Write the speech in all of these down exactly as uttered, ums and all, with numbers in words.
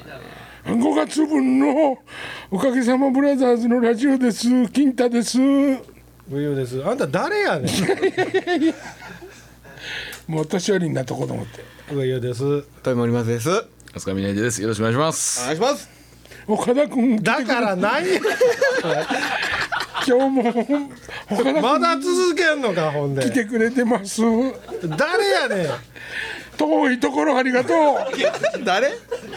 ごがつぶんのおかげさまブラザーズのラジオです。金太です。 ブヨです。あんた誰やねん。 もう年寄りになったこと思って。 ブヨです。 豊森松です。 飛鳥峰です。よろしくお願いします。 お願いします。 岡田君だから何今日も岡田君まだ続けんのか。ほんで来てくれてます。 誰やねん。 遠いところありがとう。 誰？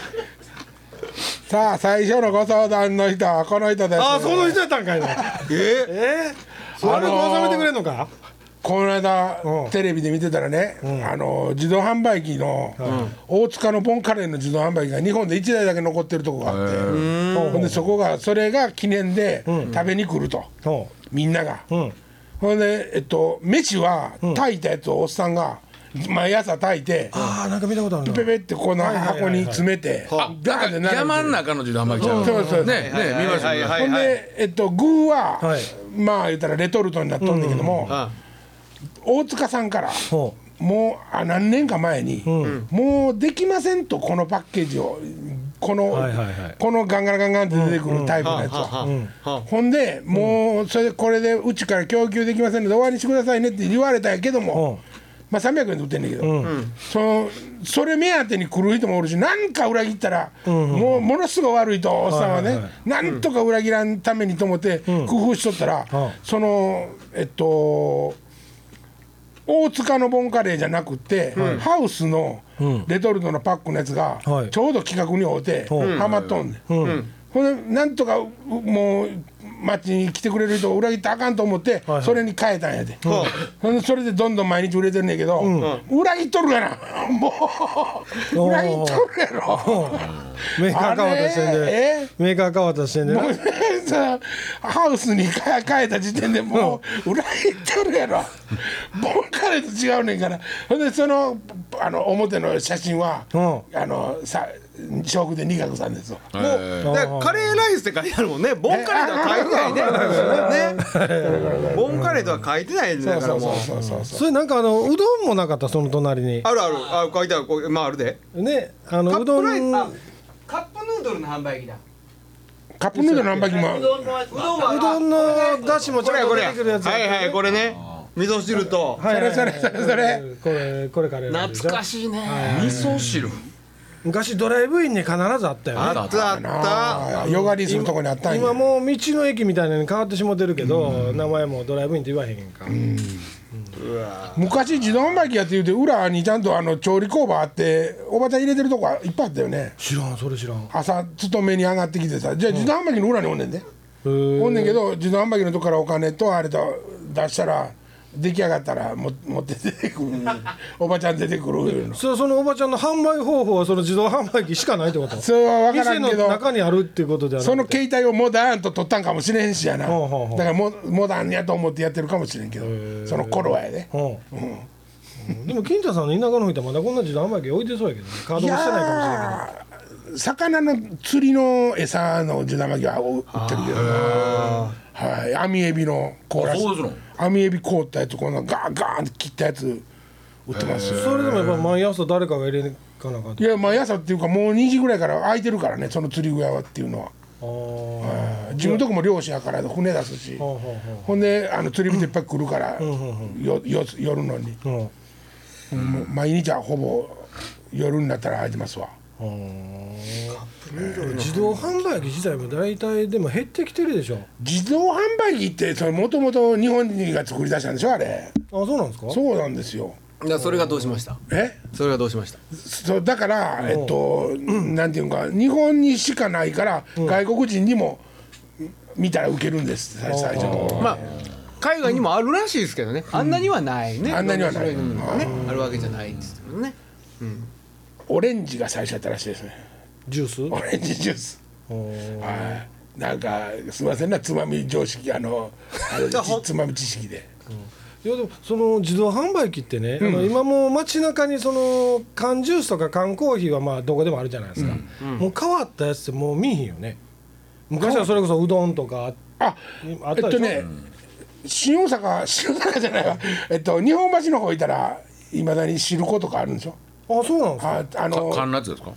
さあ最初のご相談の人はこの人です。 あ、その人やったんかいな。 ええそれを収めてくれんのか。 この間、 うん、 テレビで見てたらね、うん、あの自動販売機の、うん、大塚のボンカレーの自動販売機が日本でいちだいだけ残ってるとこがあって、ほんでそこがそれが記念で食べに来ると、うん、みんなが、うん、ほんで、えっと、飯は炊いたやつをおっさんが毎朝炊いて、 あーなんか見たことあるな、 ペペってこの箱に詰めて、 山の中の自動販売機ちゃう。 そうそうねね見ました。 ほんで、えっと、具は、はい、まあ言ったらレトルトになっとんねんけども、うんうん、大塚さんからもうあ何年か前に、うん、もうできませんと、このパッケージをこの、はいはいはい、このガンガラガンガンって出てくるタイプのやつは、うんうん、ほんでもうそれこれでうちから供給できませんので終わりにしてくださいねって言われたんやけども、うん、まあさんびゃくえんで売ってんねんけど、うん、そのそれ目当てに来る人もおるし、なんか裏切ったら、うんうん、もうものすごい悪いとおっさんはね、はいはいはい、なんとか裏切らんためにと思って工夫しとったら、うん、そのえっと大塚のボンカレーじゃなくて、うん、ハウスのレトルトのパックのやつがちょうど規格に合うてハマっとんねん、うんうん、ほんでなんとかもう町に来てくれる人を裏切ったらあかんと思ってそれに変えたんやで、はいはい、ほんでそれでどんどん毎日売れてるんねんけど、うん、裏切っとるがなもう裏切っとるやろメーカー変わった時点でメーカー変わった時点でハウスに変えた時点でもう裏切っとるやろボンカレーと違うねんから。ほんでそのあの表の写真は、うん、あのさ笑福で二角さんですよ。 もうだからカレーライスって書いてあるもんね。ボンカレーとは書いてないね。ねボンカレーとは書いてないでだからもう。 そうそうそうそう。それなんかあのうどんもなかった、その隣に。 あるある、あ書いてある、こうまああるで。 ねあのうどんカップヌードルの販売機だ。 カップヌードルの販売機も。 うどんのだしもちゃんと出てくるやつ。 はいはいこれね。味噌汁と。 それそれそれそれ。 これこれカレー。 懐かしいね。味噌汁。 昔ドライブインに必ずあったよね。 あったあった。 ヨガリするとこにあったんや。 今もう道の駅みたいなのに変わってしもてるけど、名前もドライブインって言わへんか。 うわ昔自動販売機やって言うて裏にちゃんとあの調理工場あっておばちゃん入れてるとこいっぱいあったよね。 知らん、それ知らん。 朝勤めに上がってきてさ、じゃあ自動販売機の裏におんねんで、うん、おんねんけど自動販売機のとこからお金とあれと出したら出来上がったらも持って出てくるおばちゃん出てくるの。 そ, そのおばちゃんの販売方法はその自動販売機しかないってこと？ それは分からんけど店の中にあるっていうことではなくて、 その携帯をモダンと取ったんかもしれへんしやな。ほうほうほう。だからモモダンやと思ってやってるかもしれんけど、その頃はやで、うんうん、でも金太さんの田舎の人はまだこんな自動販売機置いてそうやけどね。稼働してないかもしれんけど、 魚の釣りの餌の自動販売機は売ってるけどな。はい、網エビの凍らす網エビ凍ったやつ、このガーガーンって切ったやつ売ってますよ。 それでもやっぱ毎朝誰かが入れかなあかん。 いや毎朝っていうかもうにじぐらいから空いてるからね、その釣り具屋はっていうのは。あ自分のとこも漁師やから船出すし、ほんであの釣り人いっぱい来るから、うん、よよ夜のに、うんうん、毎日はほぼ夜になったら空いてますわ。 自動販売機自体も大体でも減ってきてるでしょ。 自動販売機ってもともと日本人が作り出したんでしょあれ。 あ、そうなんですか。 そうなんですよ。 だそれがどうしました。 えそれがどうしました。 そうだからえっと、うん、なんていうか日本にしかないから、うん、外国人にも見たらウケるんです、最初の。 まあ海外にもあるらしいですけどね、うん、あんなにはないね、 あんなにはない、 うんね、あるわけじゃないんですけどね、うん、 オレンジが最初だったらしいですね。ジュース？オレンジジュース。はい。なんかすみませんな、つまみ常識あのあれつまみ知識で。 うん、いやでもその自動販売機ってね、うん、あの今もう街中にその缶ジュースとか缶コーヒーはまあどこでもあるじゃないですか。うんうん、もう変わったやつってもう見えへんよね。昔はそれこそうどんとかああったでしょ。えっとね、新大阪新大阪じゃないわ。えっと日本橋の方いたらいまだに汁粉とかあるんでしょ。 あ、そうなんですか。 ああの缶のやつですか。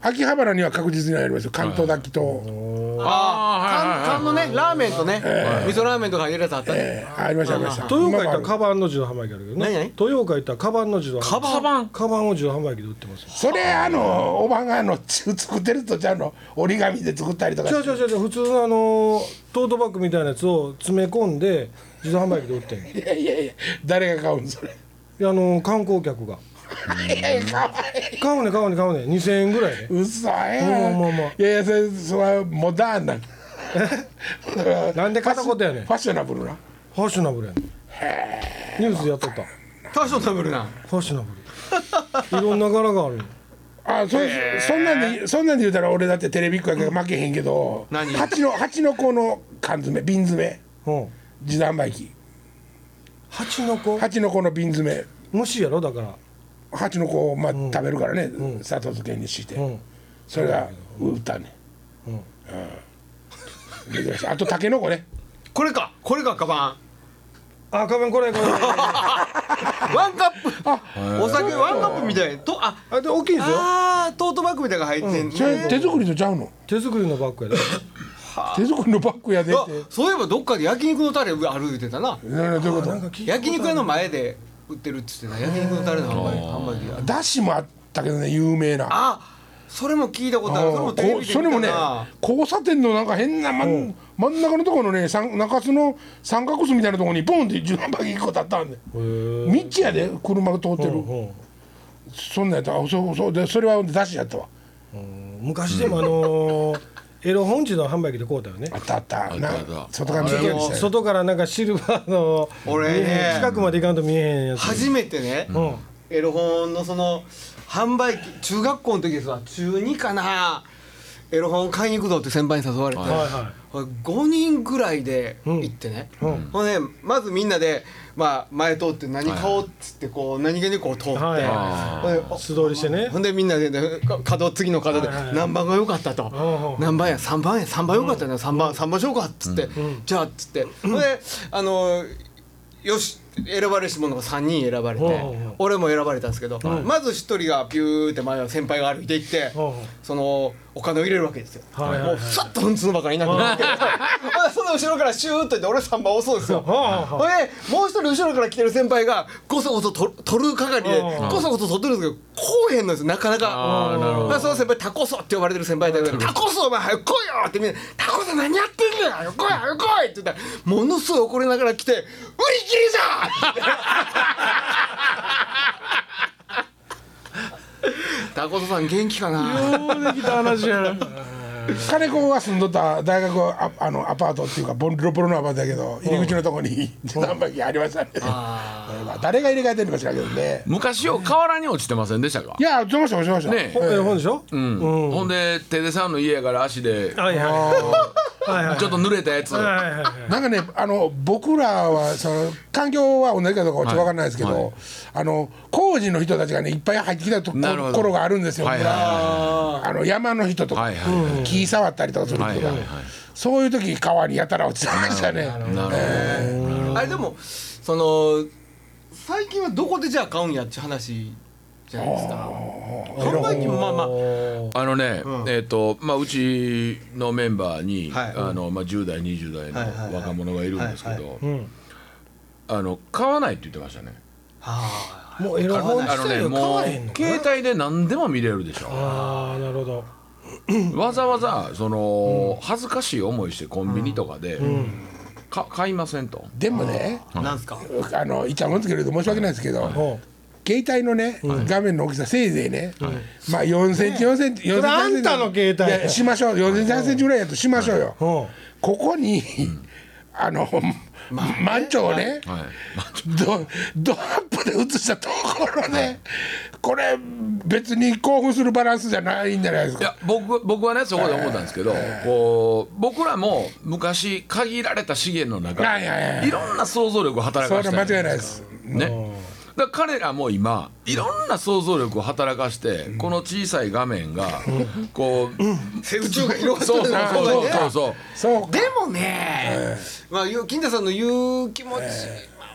秋葉原には確実にありますよ、関東炊きと、 ああ缶のねラーメンとね味噌ラーメンとか入れるやつあったね、 えー、ありましたありました。 豊岡行ったらカバンの自動販売機あるけど何々 ね、豊岡行ったらカバンの自動販売機、 カバンカバンを自動販売機で売ってます。 それあのおばがあのつ作ってるとちゃんの折り紙で作ったりとか違う違う違う、普通のあのトートバッグみたいなやつを詰め込んで自動販売機で売ってんの。いいやいやいや誰が買うんそれ。 やあの観光客がいやいやかわいい。 買うね買うね買うねにせんえんぐらいね。 うそや。 まあまあまあいやいやそれそれはモダンな。 なんで片言やねん。 ファッショナブルな。 ファッショナブルやねん。ニュースでやっとった。 ファッショナブルなファッショナブル。いろんな柄がある。 あそそんなんでそんなんで言うたら俺だってテレビっ子やけど負けへんけど、 何蜂の蜂の子の缶詰瓶詰めうん。 自動販売機、 蜂の子。 蜂の子の瓶詰め、 虫やろだから。 蜂の子をまあ食べるからね、砂糖漬けにして、 うん。 それが売ったね。 うんうん珍しい。あとタケノコね。 これかこれかカバあ、カバンこれこれ。 ンワンカップお酒ワンカップみたいとああで大きいんですよ。 あートートバッグみたいなのが入ってんそれ手作りとちゃうの？ 手作りのバッグやで。 手作りのバッグやでっあて。 そういえばどっかで焼肉のタレある言ってたななどういうこなんか聞いたことある焼肉屋の前で売ってるって言ってた焼肉のタレの販売販売機がと？だしもあったけどね有名な。 あそれも聞いたことあるそれもテレこビで見たそれもねな交差点のなんか変な真ん真ん中のところのね三中洲の三角巣みたいなところにポンって自動販売機いっこ立ったんで、道やで車が通ってる、 うんそんなんやったらそうそうでそれはだしやったわ。 うん昔でもあのーエロ本自動販売機で買うたよね。 あったあったなあったあった外側見えるようにしたよ。 外からなんかシルバーの俺ね見えへん近くまで行かんと見えへんやつ。 初めてねうん。 エロ本のその販売機中学校の時ですわ中にかなエロ本買いに行くぞって先輩に誘われて、 はいはごにんぐらいで行ってね、 うんほんでまずみんなで、まあ、前通って何買おうっつってこう何気にこう通って、 はいほんでい。素通りしてね。 ほんでみんなで、ね、か角次の角ではいはい何番が良かったと、 うん何番やさんばんやさんばん良かったよね、さんばんさんばんしようかっつって、じゃあっつって、ほんであのよし選ばれし者がさんにん選ばれて、 うん俺も選ばれたんですけど、まずひとりがピューって前を先輩が歩いていって、 うんそのお金を入れるわけですよ、 はいはいはいもうさっとうんつのばかりいなくなってその後ろからシューッといって俺さんばん押そうですよ、 はほんでもう一人後ろから来てる先輩がこそこそと取る係でうんこそこそ取ってるんですけどこうへんのですよなかなか。 ああなるほどだからその先輩タコソって呼ばれてる先輩だけどタコソお前早く来いよってみんなタコソ何やってんねん早く来い早く来いって言ったらものすごい怒りながら来て売り切りじゃタコソさん元気かな。 ようできた話や。 金子が住んどった大学はああのアパートっていうかボロボロのアパートだけど入り口のところに自動販売機ありましたね。まあ誰が入れ替えてるのか知らんけどね。 昔よ河原に落ちてませんでしたかいや落ちました落ちました。 ねほえ本でしょ。 うんほんで手でさんの家やから足ではいはいはいはい。 ちょっと濡れたやつはいはいはい。 なんかねあの僕らはその環境は同じかどうかちょっと分かんないですけど、 はいはいあの工事の人たちがねいっぱい入ってきたとこなるほど頃があるんですよ。 はいはいはあの山の人とか、 はいはいはい木触ったりとかする人が、 はいはいはいそういう時川にやたら落ちてましたね。 なるほどねあれでもその最近はどこでじゃあ買うんやって話じゃないですか。販売機もまあまああのね、 うんえっ、とまあうちのメンバーに、 はいあのまあじゅう代にじゅう代はいはいはいの若者がいるんですけはいど、 うん。 あの買わないって言ってましたね。 はもうエロ本あのね自体を買もうわへんのかな。 携帯で何でも見れるでしょ。 ああなるほど。 わざわざその、恥ずかしい思いしてコンビニとかで、か買いませんと。 でもねあなんすか。 あのいちゃもんつけると申し訳ないですけど、 ほ携帯のね、画面の大きさせいぜいね、まあよんセンチよんセンチよんセンチそれあんたの携帯いやしましょうよんセンチはちセンチぐらいやとしましょうよ、 う。ほここに、あの、満潮をね、 はいドドアップで映したところで、これ別に興奮するバランスじゃないんじゃないですか。 いや僕僕はねそこで思ったんですけど、こう僕らも昔限られた資源の中はいはいはいいろんな想像力を働それかしては間違いないです。 ね。だから彼らも今いろんな想像力を働かしてこの小さい画面がこう宇宙が広がってそうそうるのそうそうそうそうそうでもね、まあゆ金田さんの言う気持ち、まあ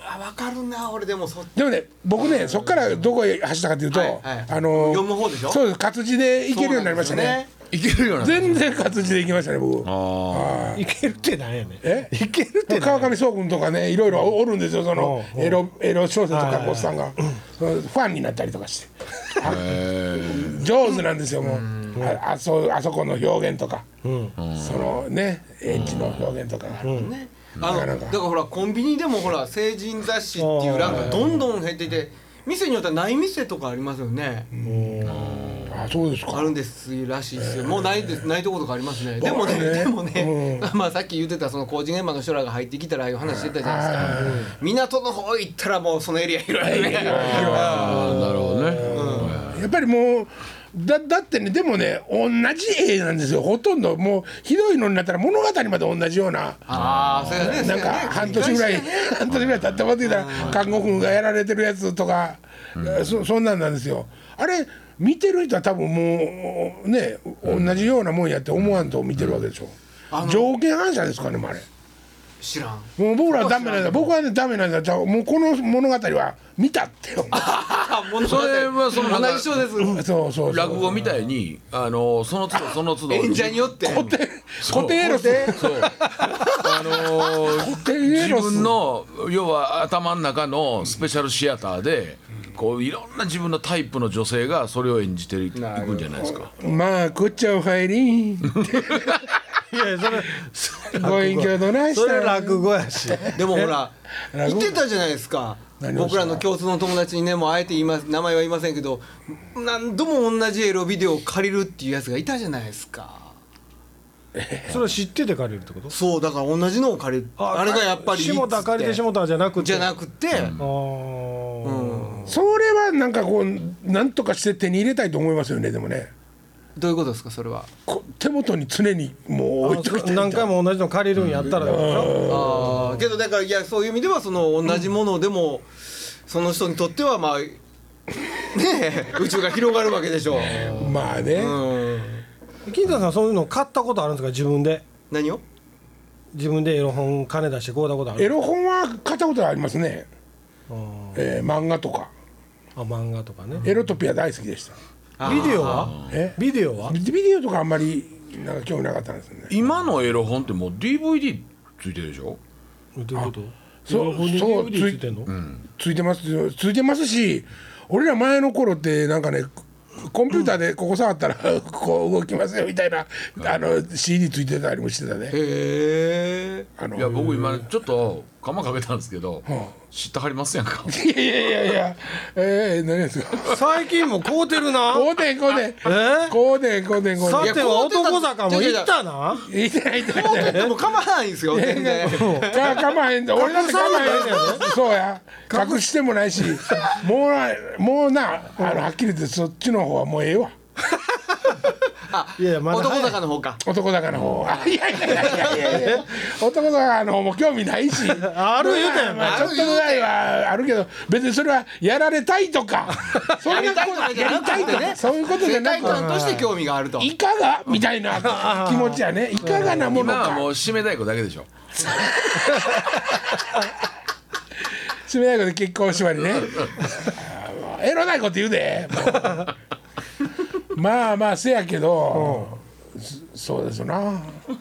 あ分かるな俺でもそでもね僕ねそっからどこへ走ったかというと、 はいはいあの読む方でしょ。 そうです活字で行けるようになりましたね。 いけるような全然活字で行きましたね僕。 あいけるってなんやねん。 えいけるって川上壮君とかねいろいろおるんですよそのうんエロエロ小説とかおっさんがファンになったりとかしてあへえ上手なんですよもうああそあそこの表現とかうんそのねエッチの表現とかがあるね、あのなかなかだからほらコンビニでもほら成人雑誌っていう欄がどんどん減っていて店によってはない店とかありますよね。 あそうですかあるんですらしいですよ。もうないですないところとかありますね。でもねねでもね、まあさっき言ってたその工事現場の人らが入ってきたらああいう話してたじゃないですか。港の方行ったらもうそのエリア広いね。 あなるほどねやっぱりもうだだってねでもね同じ絵なんですよほとんどもうひどいのになったら物語まで同じようなああそうやね。 なんか半年ぐらい半年ぐらい経って待ってきたら看護婦がやられてるやつとか、そそんなんなんですよ。あれ見てる人は多分もうね同じようなもんやって思わんと見てるわけでしょ。条件反射ですかねもうあれ。 知らん。 もう僕らはダメなんだ僕はねダメなんだもうこの物語は見たってよ。 それはその同じ人です。 そうそうそう落語みたいにあのその都度その都度演者によって固定固定エロスそうあのー固定エロス自分の要は頭の中のスペシャルシアターでこういろんな自分のタイプの女性がそれを演じていくんじゃないですか。 まあこっちゃお入りいやそれそれご隠居どないしたそれ落語やし。 でもほら落語言ってたじゃないですか。 何をした僕らの共通の友達にねもうあえて言います名前は言いませんけど何度も同じエロビデオを借りるっていうやつがいたじゃないですか。 それ知ってて借りるってこと？ そうだから同じのを借りるあれがやっぱりいいっつって下田借りて下田じゃなくてじゃなくて、 あーそれはなんかこうなんとかして手に入れたいと思いますよねでもねどういうことですかそれは。 こ手元に常にもう置いときたい何回も同じの借りるんやったらだああけどだからいやそういう意味ではその同じものでも、その人にとってはまあねえ宇宙が広がるわけでしょう。 まあね、 うん金太さんそういうの買ったことあるんですか自分で何を自分でエロ本金出して買うたことあるエロ本は買ったことありますね、 あえー漫画とかあ漫画とかねエロトピア大好きでしたビデオはえビデオはビデオとかあんまりなんか興味なかったんですよね今のエロ本ってもう ディーブイディー ついてるでしょ。 どういうことそうエロ本にそうディーブイディー ついてんのついてますよついてますし俺ら前の頃ってなんかねコンピューターでここ触ったらこう動きますよみたいなあの シーディー ついてたりもしてたねへえあのいや僕今ちょっと釜かけたんですけど、知ってはりますやんか。 いやいやいやいやえー、何ですか最近も買うてるなこうでんこうでんえこうでんこうでんこうでんさては男坂も行ったな言いてない言いてないでも構わないんですよ全然。 かかまへんで俺だってかまへんねんそうや隠してもないしもうなもうなあのはっきり言ってそっちの方はもうええわあいやいやまだ早い男坂の方か。 男坂の方あいやいやいやいやいや男坂の方も興味ないしある言うたやんまあちょっとぐらいはあるけど別にそれはやられたいとかそんなことやりたいとかそういうことじゃ世界なく観として興味があると。 いかがみたいな気持ちやねいかがなもの今はかもう締め太鼓だけでしょ。 締め太鼓で結婚縛りねあエロないこと言うでもうまあまあせやけど、そそうですな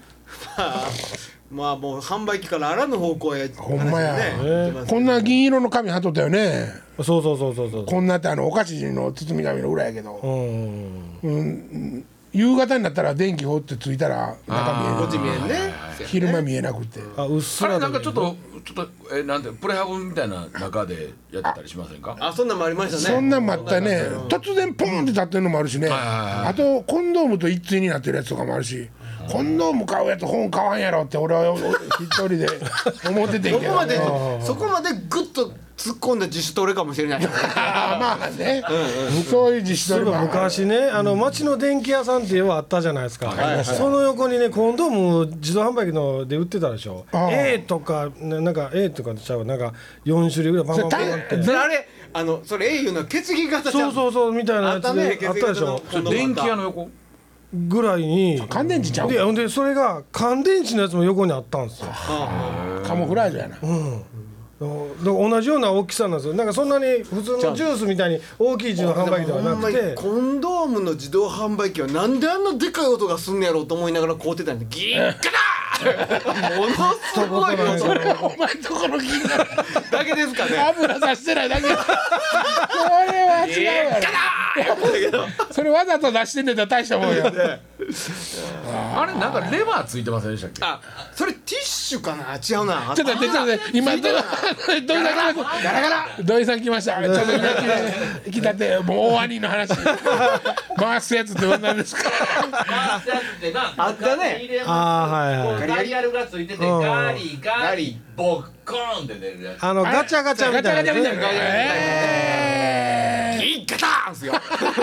まあもう販売機からあらぬ方向へほんまや、 話がね行ってますこんな銀色の紙貼っとったよねそうそうそうそうそうこんなってあのお菓子の包み紙の裏やけど、 うん夕方になったら電気放ってついたら中こっち見えんね。 見え昼間見えなくてあうっすあれらだけどなんかちょっとちょっとえなんてプレハブみたいな中でやってたりしませんか。 あそんなんもありましたね。 そんなんもあったね突然ポンって立ってるのもあるしねあとコンドームと一対になってるやつとかもあるしコンドーム買うやつ本買わんやろって俺は一人で思っててんけどそこまでそこまでグッと突っ込んで自主トレかもしれない。 あまあねそういう自主トレもある昔ねあの町の電気屋さんっていうのはあったじゃないですか、その横にねコンドーム自動販売機ので売ってたでしょああ A とかななんか A とかちゃうなんかよん種類ぐらいバンバンバンバンってそれあれあのそれ エーユー の血液型ちゃそうそうそうみたいなやつあったねであったでしょ血液型の電気屋の横。 ぐらいに乾電池ちゃうでほんでそれが乾電池のやつも横にあったんですよカモフラージュやな同じような大きさなんですよ。なんかそんなに普通のジュースみたいに大きい自動販売機ではなくて、 コンドームの自動販売機はなんであんなでかい音がすんねやろうと思いながら買うてたんでギーッカラものすごい音。 それはお前んとこの銀だだけですかね。 油さしてないだけそれは違うやろそれわざと出してんねんだら大したもんやあれなんかレバーついてませんでしたっけ？ あ、それティッシュかな。違うな。 ちょっと待ってちょっと待って今ど土井さん来ました土井さん来ましたちょっと今来たってもう大兄の話回すやつって何ですか？ 回すやつってなあったね。 あーはいはいこうダイヤルがついててガリガリボッコーンって出るやつ。 あのガチャガチャみたいなガチャガチャみたいなガチャガチャえギーッガターンすよ。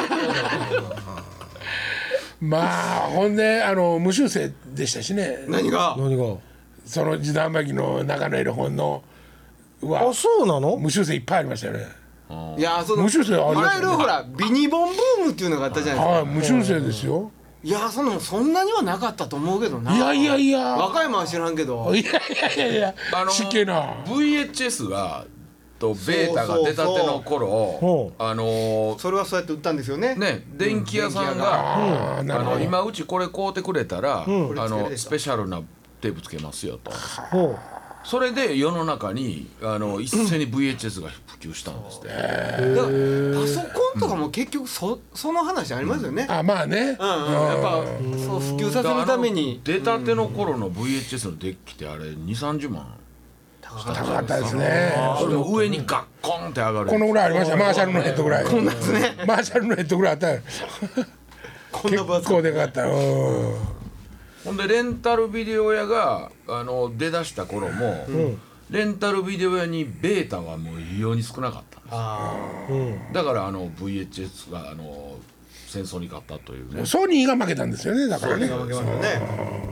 まあほんであの無修正でしたしね何が？ 何が？ その自動販売機の中のエロ本のうわあ、そうなの？ 無修正いっぱいありましたよねいや、その無修正ありいますよねわゆるほらビニボンブームっていうのがあったじゃないですか。 はい無修正ですよいや、そのそんなにはなかったと思うけどな。 いやいやいや和歌山は知らんけど。 いやいやいやいやあのしっけえなブイエイチエス がとベータが出たての頃そうあのそれはそうやって売ったんですよね。 ね電気屋さんがあーなるほどあの今うちこれ買うてくれたらあんのスペシャルなテープつけますよとほう。 それで世の中にあの一斉に ブイエイチエス が普及したんですってだからパソコンとかも結局そその話ありますよね。 あまあねうんうん、やっぱそう普及させるために出たての頃の ブイエイチエス のデッキってあれにじゅうさんじゅうまん高かったですねそれの上にガッコンって上がるこのぐらいありましたマーシャルのヘッドぐらいこんなですねマーシャルのヘッドぐらいあったよこんな分結構でかかったうんほんでレンタルビデオ屋があの出だした頃も、レンタルビデオ屋にベータがもう異様に少なかったんですあうん。 だからあの ブイエイチエス があの戦争に勝ったというねソニーが負けたんですよねだからねあ負けましたね。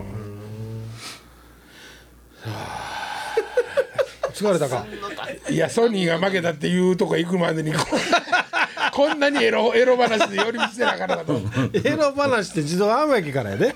疲れたか。 いやソニーが負けたっていうとこ行くまでにこんこんなにエロエロ話で寄り道せなあかんのかとエロ話って自動販売機からやで。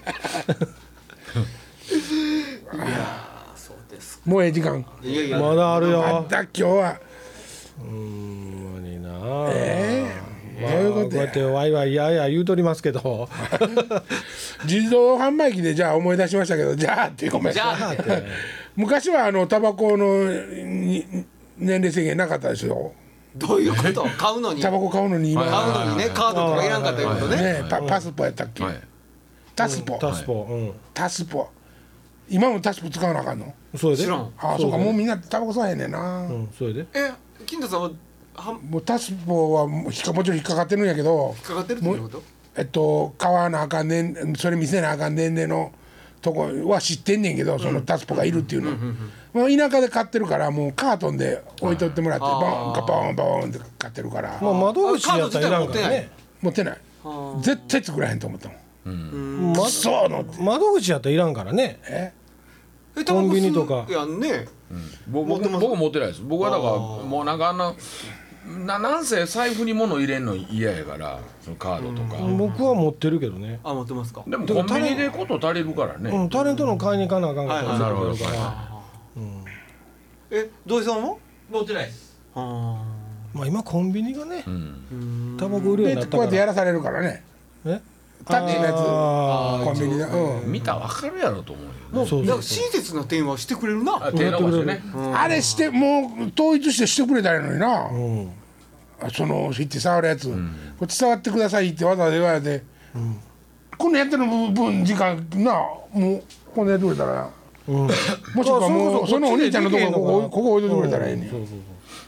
そうです。 もうええ時間いやいや、 まだあるあよっ。た今日はほんまにな。 えまあどういうことやこうやってワイワイやや言うとりますけど。 自動販売機でじゃあ思い出しましたけどじゃあってごめんじゃあ昔はあのタバコのに年齢制限なかったですよどういうこと？買うのにタバコ買うのに今買うのにねカードとかいらんかったいうことね。 ねパパスポやったっけ、 はいタスポ、 タスポ。うん。 タスポ今もタスポ使わなあかんのそれで。 知らん。 ああそうかもうみんなタバコ吸わへんねんな、 うん、それで。 え、金田さんはは引もうタスポはもう引っかもちろん引っかかってるんやけどっかかってるっていうこと？ えっと買わなあかんねんそれ見せなあかん年齢のとこは知ってんねんけどそのタスポがいるっていうの、もう田舎で買ってるからもうカートンで置いとってもらってボンカボンボンって買ってるからまあ窓口やったらいらんからね。 持ってない絶対作らへんと思ったもんまくそーのって窓口やったらいらんからね。 ええコンビニとかいやんね。 僕僕僕持ってないです僕はだからもうなんかあんなななんせ財布に物入れんの嫌やからそのカードとか、 僕は持ってるけどね。 あ、持ってますか。 でもコンビニでこと足りるからね、 うん、タレントの買いに行かなあかんかったりするなるほどから。 え、土井さんも？ 持ってないです。 あまあ今コンビニがね、 うんタバコ売るようになでったから。 こうやってやらされるからねえ？ タッチのやつあコンビニでうん見たら分かるやろと思うよーそうそうあ。なんか親切な点はしてくれるな。 あ手伸ばしてねあれしてもう統一してしてくれたらいいのにな、 うん。 あその行って触るやつ、こっち触ってくださいってわざわざ言われて、このやってる分時間なもうこんなやってくれたら、 うん。 もしくはもうそのお兄ちゃんのとこここここ置いといてくれたらええねん、 そうそう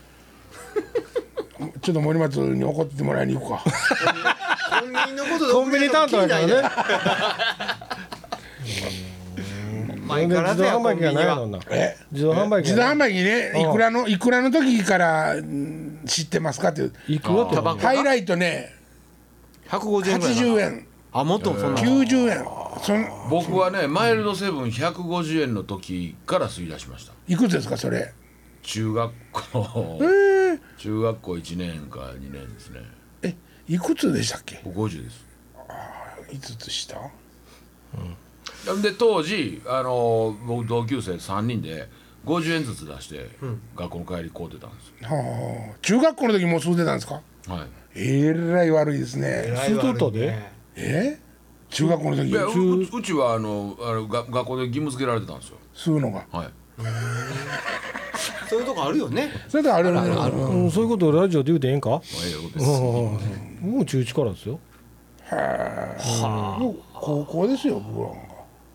ちょっと森松に怒ってもらいに行くかコンビニのことでコンビニ担当やからね。 前から自動販売機がないはのな。 え自動販売機自動がない。 販売機ねいくらのいくらの時からうん知ってますかっていういくらってタバコハイライトねひゃくごじゅうえんぐらいかな。 はちじゅうえんあ、もっとそんな。 きゅうじゅうえんその僕はねマイルドセブンひゃくごじゅうえんの時から吸い出しましたいくつですかそれ中学校えー、 中学校いちねんかにねんですねえいくつでしたっけごじゅうですいつつ下で当時あの僕同級生さんにんでごじゅうえんずつ出して、うん、学校の帰り買うてたんですよ。 はあ、中学校の時もう吸うてたんですか。 はい。 えらい悪いですね。 吸うとったで。 えー、中学校の時。 いや う, うちはあのあのが学校で義務付けられてたんですよ。 吸うのが。 はい。 そういうとこあるよね。 そういうとこあるよね。 うん、そういうことをラジオで言うてええんか。 ええことです。 もう中いちからですよ。 はあ。高校ですよ僕らが。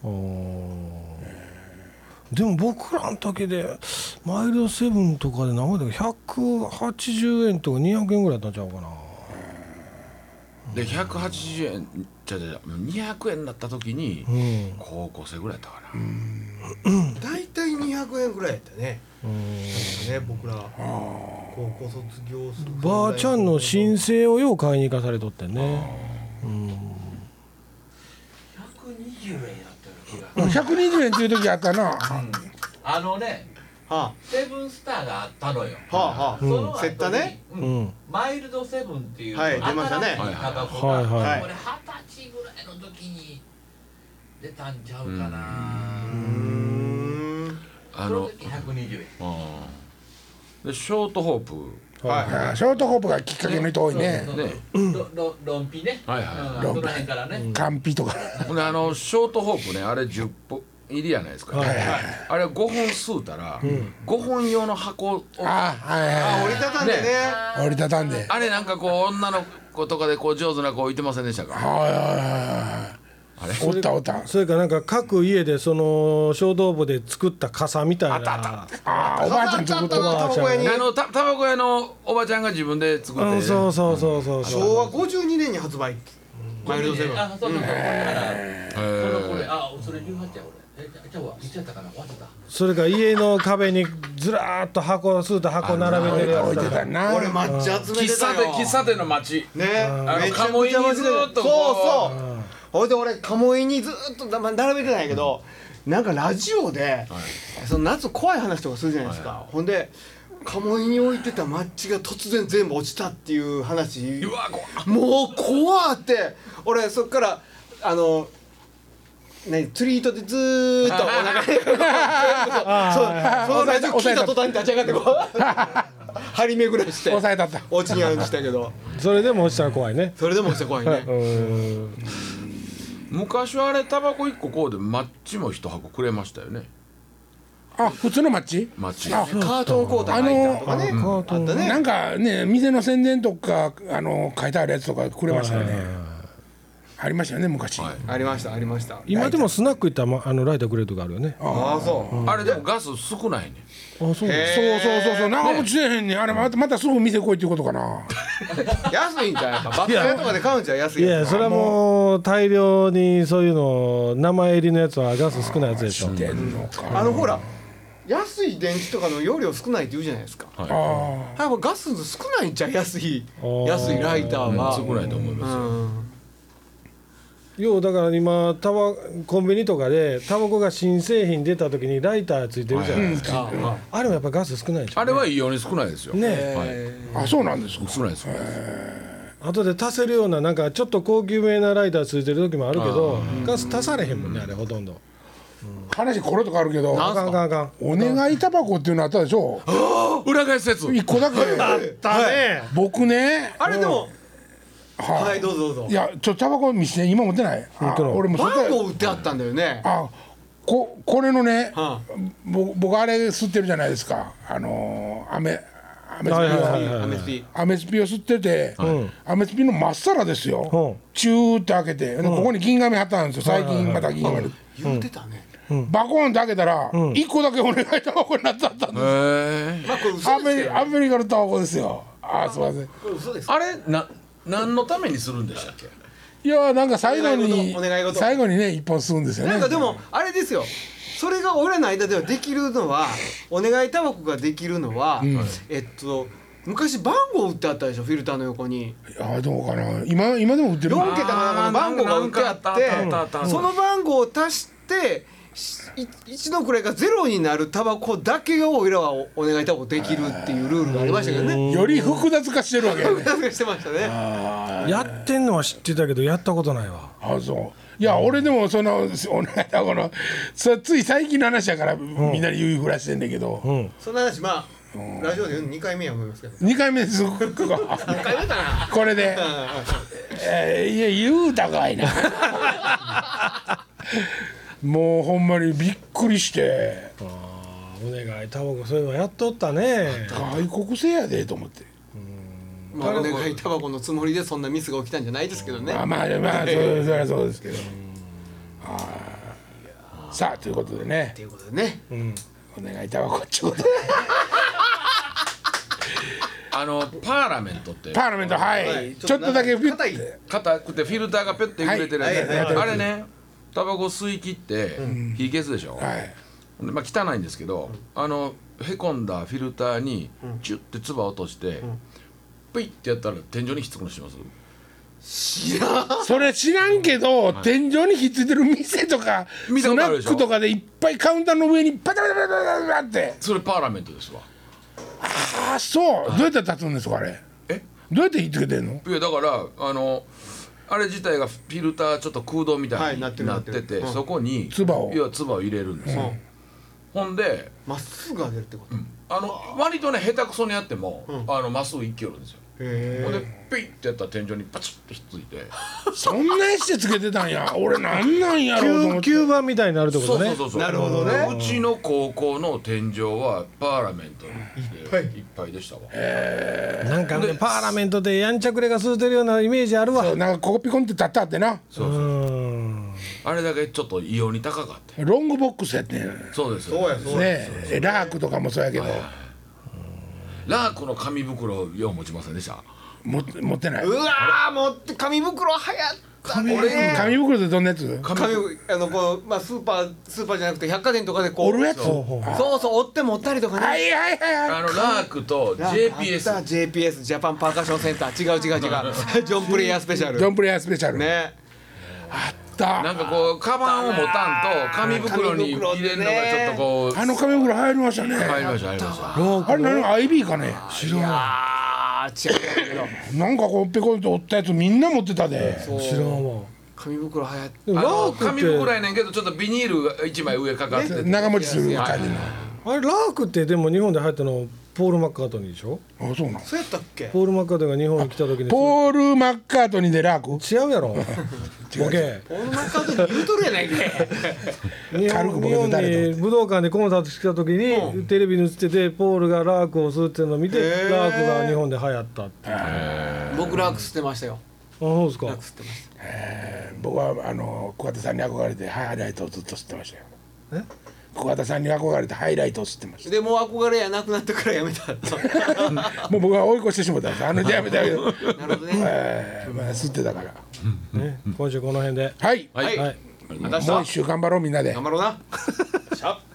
でも僕らの時でマイルドセブンとかで何ぼだっけひゃくはちじゅうえんとかにひゃくえんぐらいだったんちゃうかな。 でひゃくはちじゅうえんじゃじゃにひゃくえんだった時に、うん、高校生ぐらいやったかな。 だいたいにひゃくえんぐらいやったね。うんね、僕ら高校卒業するばあちゃんの申請をよう買いに行かされとってね。うん、 ひゃくにじゅうえんやったよ気が。 ひゃくにじゅうえんっていう時あったな。うん、 あのね、はあ、セブンスターがあったのよ。 はあはあ、そのセッタね、うん、マイルドセブンっていう、 はい、出ましたね。 タバコが、はいはいはい、これはたちぐらいの時に出たんちゃうかな。うん、あのひゃくにじゅうえん。あでショートホープ、 はい、ショートホープがきっかけの人多いね。 ロンピね、 はいはい、 その辺からね、 カンピとか。 であのショートホープね、あれじゅっぽん入りやないですか。はいはい、あれごほん吸うたら、うん、ごほん用の箱をあ、はいはいはい、 折りたたんでね、 折りたたんで、 あれなんかこう女の子とかでこう上手な子いてませんでしたか。 はいはいはい。あれおったおった。 それからなんか各家でその小道部で作った傘みたいな。あったあった。 ああ、おばあちゃん作ったの。 タバコ屋に。 あのタバコ屋のおばちゃんが自分で作って、ね。 そうそうそうそう。 昭和ごじゅうにねんに発売。マイルドセブン。 あ、そうそうそう。だからそのこれあ、それじゅうはちや俺。え、じゃあいつやったかな、終わってた。 それから家の壁にずらーっと箱吸うた箱並べてるやつ置いてたな。 俺抹茶集めてたよ。 喫茶店の街。 ね。 あの鴨居にずっと。 そうそう。ほいで俺鴨居にずっと並べてたんやけど、なんかラジオでその夏怖い話とかするじゃないですか。ほんで鴨居に置いてたマッチが突然全部落ちたっていう話。 うわもう怖って俺そっからあの何釣り糸でずーっとお腹にそうそのラジオ聞いた途端に立ち上がってこう張り巡らして抑えたった落ちに遭うんしたけど、 それでも落ちたら怖いね。 それでも落ちたら怖いね。 昔はあれタバコいっここうでマッチも一箱くれましたよね。 あ、普通のマッチ？ マッチ。 カートンコーター入ったとかね。あったね。 なんかね、店の宣伝とかあの書いてあるやつとかくれましたよね。ありましたよね昔。 ありましたありました。 今でもスナック行ったらあのライターくれるとかあるよね。 ああそう。 あれでもガス少ないね。 あ、そう。そうそうそうそう。長持ちせえへんね。あれまたまたすぐ店来いっていうことかな。 安いんじゃんやっぱバッタ屋とかで買うんじゃ安い。 いやそれはもう大量にそういうの名前入りのやつはガス少ないやつでしょ。 あのほら安い電池とかの容量少ないって言うじゃないですか。はい。やっぱガス少ないんちゃう安い安いライターは少ないと思いますよ。 ようだから今タバコンビニとかでタバコが新製品出た時にライターついてるじゃないですか、はい、あれもやっぱガス少ないでしょ、ね、 あれは異様に少ないですよね、 はい、あ、そうなんですか。 少ないですよ。 あとで足せるようななんかちょっと高級めなライターついてる時もあるけどガス足されへんもんねあれほとんど、うん、 話これとかあるけどあかんあかんあかんお願いタバコっていうのあったでしょ。 裏返すやついっこだけあったね、はい、 僕ねあれでもはい、はい、どうぞどうぞ。 いやちょっとタバコ見せて今持ってない。 俺も番号売ってあったんだよね。 あ、ここれのね、はあ、僕僕あれ吸ってるじゃないですか。あのー、アメアメスピを、アメスピアメスピを吸ってて、うん、アメスピのまっさらですよ。うん、チューって開けて、うん、ここに銀紙貼ったんですよ。最近また銀紙。 言ってたね。 うん、バコンって開けたら、うん、いっこだけお願いタバコになったんです。へー。アメリアメリカのタバコですよ。あ、すみません。 あれな。何のためにするんでしたっけ。 いやなんか最後に最後にね一本吸うんですよね。 なんかでもあれですよ。それが俺らの間ではできるのはお願いタバコができるのは、うん、えっと昔番号売ってあったでしょフィルターの横に。いやどうかな今今でも売ってる。 よんけたかなんかの番号が売ってあってその番号を足して一の位がゼロになるタバコだけを俺らはお願いタバコできるっていうルールがありましたけどね。 より複雑化してるわけね。 複雑化してましたね。 やってんのは知ってたけどやったことないわ。 あ、そう。 いや俺でもそのお願いだこのそつい最近の話やからみんなに言いふらしてんだけど、 うん、 そんな話まあラジオでにかいめや思いますけどにかいめですにかいめかなこれで、えー、いや言うたかいなもうほんまにびっくりしてあお願いタバコそういうのやっとったね外国製やでと思ってまあお願いタバコのつもりでそんなミスが起きたんじゃないですけどねまあまあまあそれはそうですけどさあということでねということでね、 うん、 お願いタバコっちゅうことであのパーラメントってパーラメントはい、はい、ちょっとだけピュッて硬くてフィルターがペッて揺れてるやつ、 はいはいはい、 あれねタバコ吸い切って火消すでしょ、はい、まあ汚いんですけど、うん、あのへこんだフィルターにチュッて唾落として、うん、プイッてやったら天井にひっつくのします？ 知らんそれ知らんけど、はい、天井にひっついてる店とかスナックとかでいっぱいカウンターの上にパタパタパタパタってそれパーラメントですわ。 ああそう、はい、どうやって立つんですかあれえどうやってひっつけてんの？ いやだからあのあれ自体がフィルターちょっと空洞みたいになってて、はい、てうん、そこに唾をいや唾を入れるんですよ、うん、ほんでまっすぐ上げるってこと、うん、 あの割とね下手くそにやっても、うん、あのまっすぐいきよるんですよ。ほんでピッてやったら天井にパチッとひっついてそんなしてつけてたんや俺なんなんやろうと思って吸盤みたいになるってことね。 そうそうそうなるほどね。 うちの高校の天井はパーラメントでいっぱいいっぱいでしたわ。 へえなんかねパーラメントでやんちゃくれが吸うてるようなイメージあるわ。 そうなんかここピコンって立ったってな。 そうそうそうあれだけちょっと異様に高かったロングボックスやってんそうですそうやそうやねラークとかもそうやけど、はいはい、 ラークの紙袋よう持ちませんでした？ も持ってない。 うわー持って紙袋流行った紙袋紙袋ってどんなやつ？ 紙あのこうまあスーパースーパーじゃなくて百貨店とかでこう折るやつ。 そうそうそう折って持ったりとかね。 はいはいはいはい。 あのラークと ジェーピーエスジェーピーエス ジャパンパーカッションセンター違う違う違うジョンプレイヤースペシャルジョンプレイヤースペシャルね。 あったなんかこうカバンを持たんと紙袋に入れるのがちょっとこうあの紙袋入りましたね。 入りました入りましたあれ何 アイビー かね。 知らんあ違うけどなんかこうペコンと折ったやつみんな持ってたで。 知らんわ。 紙袋流行ってあの紙袋やねんけどちょっとビニールが一枚上かかってて長持ちする感じのあれラークってでも日本で流行ったのポール・マッカートニーでしょ。 あそうなの。 そうやったっけ。 ポール・マッカートニーが日本に来た時にポール・マッカートニーでラーク違うやろボケポール・マッカートニー言うとるやないか日本日本に武道館でコンサート来た時に、うん、テレビに映っててポールがラークを吸ってるのを見てラークが日本で流行ったって僕ラーク吸ってましたよ。 あそうですか。 ラーク吸ってました。 えー、僕はあの小畑さんに憧れてハイライトをずっと吸ってましたよ。 え小畑さんに憧れてハイライトを吸ってました。 でもう憧れやなくなったからやめたもう僕は追い越してしまったんですあのやめたけどなるほどね、 えーまあ、吸ってたから、 ね、今週この辺ではい、 はい、 はい、 もう一週頑張ろうみんなで頑張ろうなシャッ